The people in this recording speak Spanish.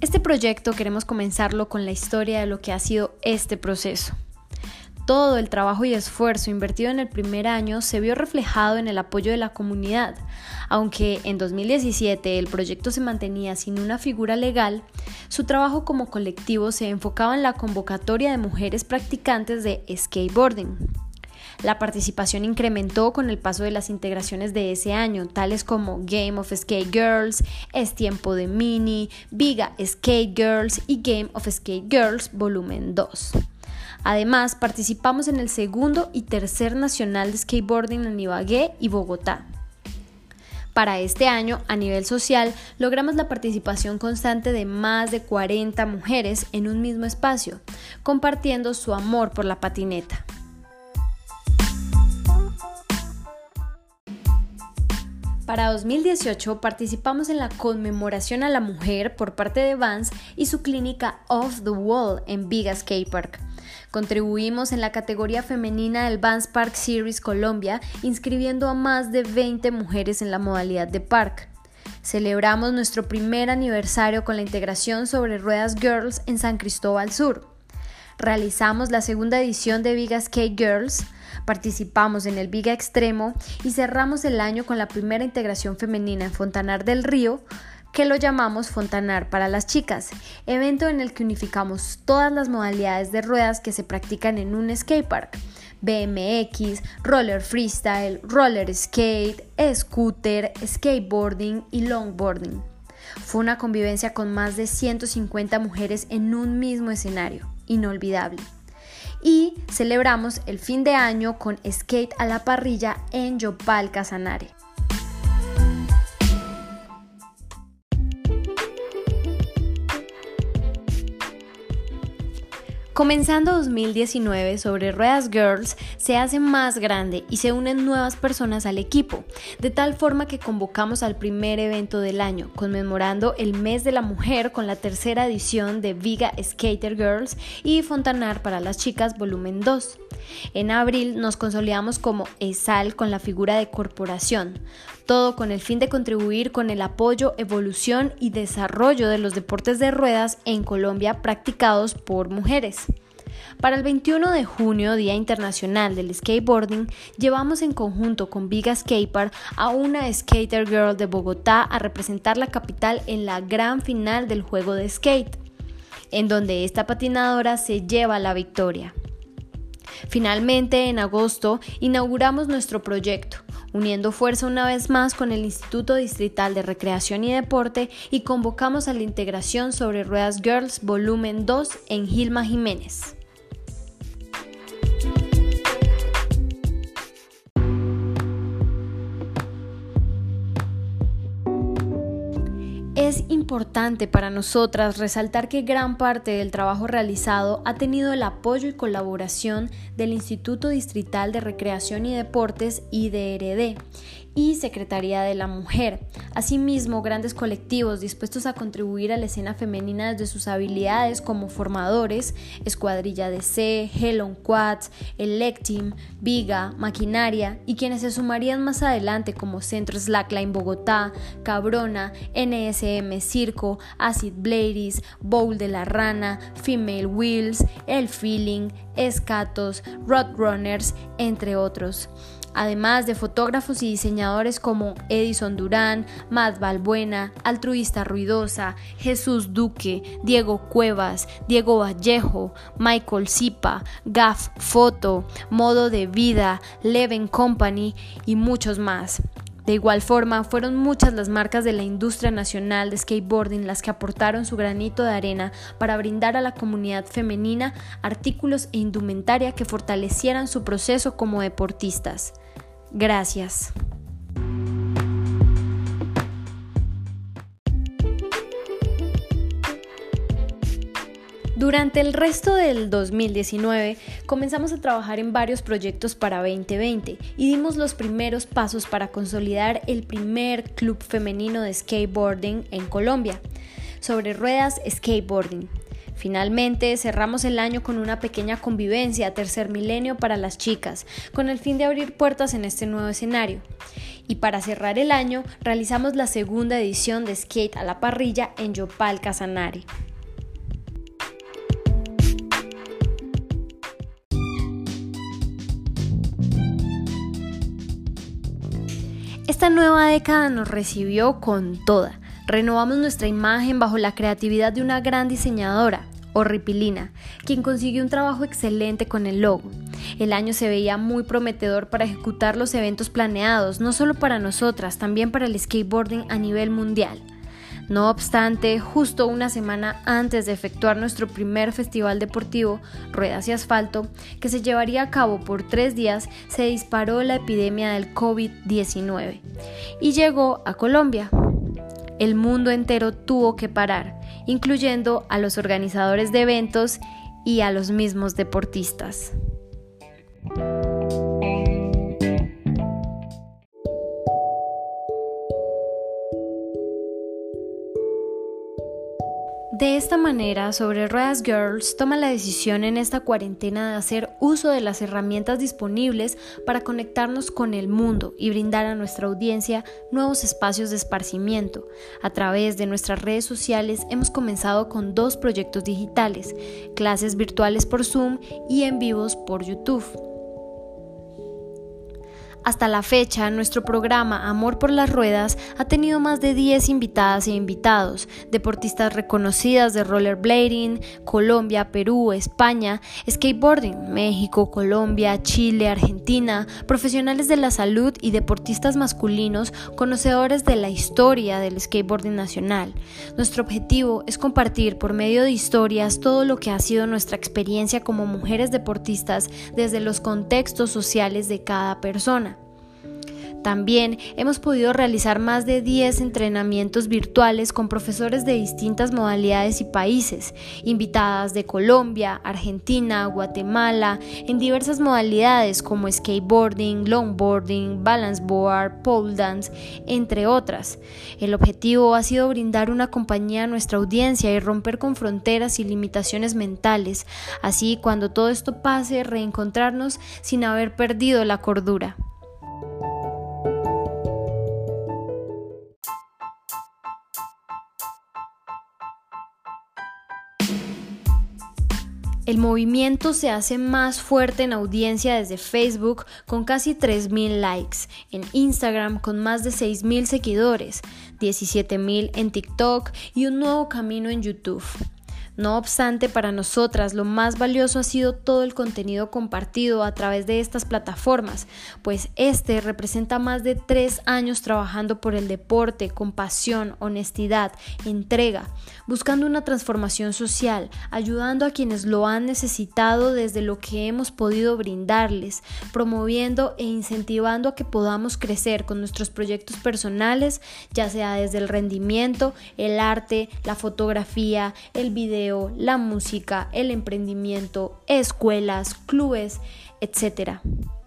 este proyecto queremos comenzarlo con la historia de lo que ha sido este proceso. Todo el trabajo y esfuerzo invertido en el primer año se vio reflejado en el apoyo de la comunidad. Aunque en 2017 el proyecto se mantenía sin una figura legal, su trabajo como colectivo se enfocaba en la convocatoria de mujeres practicantes de skateboarding. La participación incrementó con el paso de las integraciones de ese año, tales como Game of Skate Girls, Es Tiempo de Mini, Viga Skate Girls y Game of Skate Girls Volumen 2. Además, participamos en el segundo y tercer nacional de skateboarding en Ibagué y Bogotá. Para este año, a nivel social, logramos la participación constante de más de 40 mujeres en un mismo espacio, compartiendo su amor por la patineta. Para 2018 participamos en la conmemoración a la mujer por parte de Vans y su clínica Off the Wall en Viga Skate Park. Contribuimos en la categoría femenina del Vans Park Series Colombia, inscribiendo a más de 20 mujeres en la modalidad de park. Celebramos nuestro primer aniversario con la integración sobre ruedas Girls en San Cristóbal Sur. Realizamos la segunda edición de Viga Skate Girls, participamos en el Viga Extremo y cerramos el año con la primera integración femenina en Fontanar del Río, que lo llamamos Fontanar para las chicas, evento en el que unificamos todas las modalidades de ruedas que se practican en un skatepark: BMX, roller freestyle, roller skate, scooter, skateboarding y longboarding. Fue una convivencia con más de 150 mujeres en un mismo escenario, inolvidable. Y celebramos el fin de año con skate a la parrilla en Yopal, Casanare. Comenzando 2019, Sobre Ruedas Girls se hace más grande y se unen nuevas personas al equipo, de tal forma que convocamos al primer evento del año, conmemorando el mes de la mujer con la tercera edición de Viga Skater Girls y Fontanar para las chicas volumen 2. En abril nos consolidamos como ESAL con la figura de corporación, todo con el fin de contribuir con el apoyo, evolución y desarrollo de los deportes de ruedas en Colombia practicados por mujeres. Para el 21 de junio, Día Internacional del Skateboarding, llevamos en conjunto con Viga Skatepark a una Skater Girl de Bogotá a representar la capital en la gran final del juego de skate, en donde esta patinadora se lleva la victoria. Finalmente, en agosto, inauguramos nuestro proyecto, uniendo fuerza una vez más con el Instituto Distrital de Recreación y Deporte y convocamos a la integración Sobre Ruedas Girls Volumen 2 en Gilma Jiménez. Es importante para nosotras resaltar que gran parte del trabajo realizado ha tenido el apoyo y colaboración del Instituto Distrital de Recreación y Deportes IDRD y Secretaría de la Mujer. Asimismo, grandes colectivos dispuestos a contribuir a la escena femenina desde sus habilidades como formadores, Escuadrilla DC, Hell on Quads, Electim, Viga, Maquinaria y quienes se sumarían más adelante como Centro Slackline Bogotá, Cabrona, NSM Circo, Acid Blades, Bowl de la Rana, Female Wheels, El Feeling, Escatos, Roadrunners, entre otros. Además de fotógrafos y diseñadores como Edison Durán, Matt Balbuena, Altruista Ruidosa, Jesús Duque, Diego Cuevas, Diego Vallejo, Michael Zipa, Gaf Foto, Modo de Vida, Leven Company y muchos más. De igual forma, fueron muchas las marcas de la industria nacional de skateboarding las que aportaron su granito de arena para brindar a la comunidad femenina artículos e indumentaria que fortalecieran su proceso como deportistas. Gracias. Durante el resto del 2019 comenzamos a trabajar en varios proyectos para 2020 y dimos los primeros pasos para consolidar el primer club femenino de skateboarding en Colombia, Sobre Ruedas Skateboarding. Finalmente cerramos el año con una pequeña convivencia tercer milenio para las chicas, con el fin de abrir puertas en este nuevo escenario. Y para cerrar el año, realizamos la segunda edición de Skate a la Parrilla en Yopal, Casanare. Esta nueva década nos recibió con toda. Renovamos nuestra imagen bajo la creatividad de una gran diseñadora, Horripilina, quien consiguió un trabajo excelente con el logo. El año se veía muy prometedor para ejecutar los eventos planeados, no solo para nosotras, también para el skateboarding a nivel mundial. No obstante, justo una semana antes de efectuar nuestro primer festival deportivo, Ruedas y Asfalto, que se llevaría a cabo por 3 días, se disparó la epidemia del COVID-19 y llegó a Colombia. El mundo entero tuvo que parar, incluyendo a los organizadores de eventos y a los mismos deportistas. De esta manera, Sobre Ruedas Girls toma la decisión en esta cuarentena de hacer uso de las herramientas disponibles para conectarnos con el mundo y brindar a nuestra audiencia nuevos espacios de esparcimiento. A través de nuestras redes sociales hemos comenzado con 2 proyectos digitales, clases virtuales por Zoom y en vivos por YouTube. Hasta la fecha, nuestro programa Amor por las Ruedas ha tenido más de 10 invitadas e invitados, deportistas reconocidas de rollerblading, Colombia, Perú, España, skateboarding, México, Colombia, Chile, Argentina, profesionales de la salud y deportistas masculinos conocedores de la historia del skateboarding nacional. Nuestro objetivo es compartir por medio de historias todo lo que ha sido nuestra experiencia como mujeres deportistas desde los contextos sociales de cada persona. También hemos podido realizar más de 10 entrenamientos virtuales con profesores de distintas modalidades y países, invitadas de Colombia, Argentina, Guatemala, en diversas modalidades como skateboarding, longboarding, balance board, pole dance, entre otras. El objetivo ha sido brindar una compañía a nuestra audiencia y romper con fronteras y limitaciones mentales, así cuando todo esto pase, reencontrarnos sin haber perdido la cordura. El movimiento se hace más fuerte en audiencia desde Facebook con casi 3.000 likes, en Instagram con más de 6.000 seguidores, 17.000 en TikTok y un nuevo camino en YouTube. No obstante, para nosotras lo más valioso ha sido todo el contenido compartido a través de estas plataformas, pues este representa más de 3 años trabajando por el deporte con pasión, honestidad, entrega, buscando una transformación social, ayudando a quienes lo han necesitado desde lo que hemos podido brindarles, promoviendo e incentivando a que podamos crecer con nuestros proyectos personales, ya sea desde el rendimiento, el arte, la fotografía, el video, la música, el emprendimiento, escuelas, clubes, etc.